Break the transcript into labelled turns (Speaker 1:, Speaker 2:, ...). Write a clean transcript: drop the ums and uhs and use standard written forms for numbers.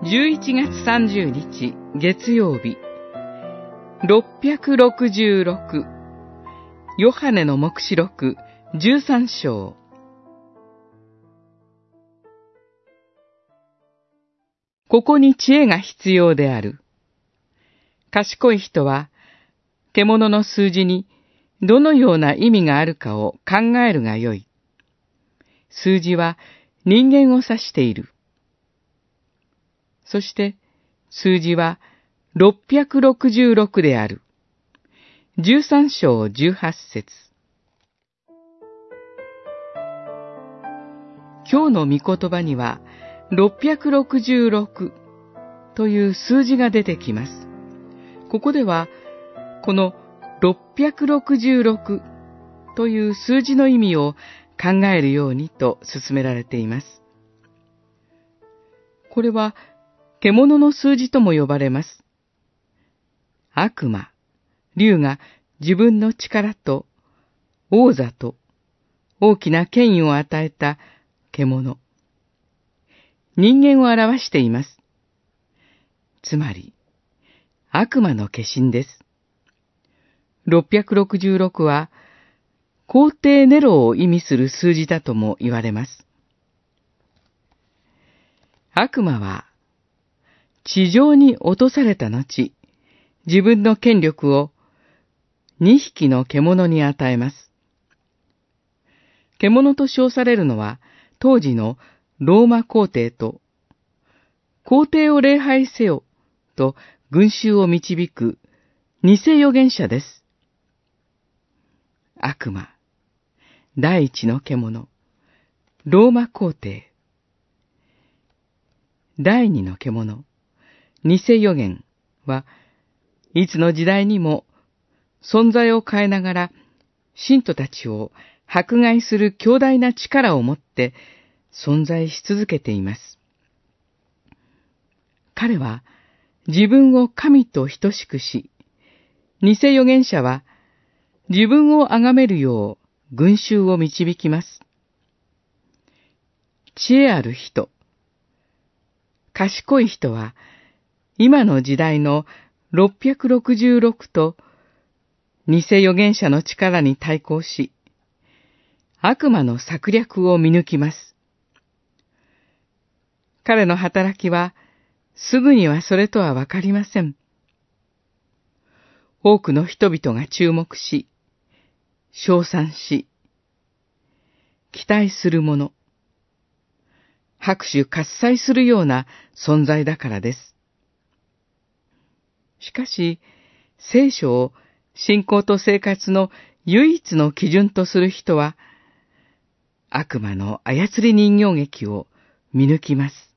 Speaker 1: 11月30日月曜日、666、ヨハネの黙示録13章。ここに知恵が必要である。賢い人は、獣の数字にどのような意味があるかを考えるがよい。数字は人間を指している。そして、数字は666である。13章18節。今日の御言葉には、666という数字が出てきます。ここでは、この666という数字の意味を考えるようにと勧められています。これは、獣の数字とも呼ばれます。悪魔、竜が自分の力と王座と大きな権威を与えた獣。人間を表しています。つまり、悪魔の化身です。666は、皇帝ネロを意味する数字だとも言われます。悪魔は、地上に落とされた後、自分の権力を2匹の獣に与えます。獣と称されるのは、当時のローマ皇帝と、皇帝を礼拝せよと群衆を導く偽預言者です。悪魔、第一の獣、ローマ皇帝。第二の獣、偽預言はいつの時代にも存在を変えながら信徒たちを迫害する強大な力を持って存在し続けています。彼は自分を神と等しくし、偽預言者は自分を崇めるよう群衆を導きます。知恵ある人、賢い人は今の時代の666と偽預言者の力に対抗し、悪魔の策略を見抜きます。彼の働きはすぐにはそれとはわかりません。多くの人々が注目し、称賛し、期待するもの、拍手喝采するような存在だからです。しかし、聖書を信仰と生活の唯一の基準とする人は、悪魔の操り人形劇を見抜きます。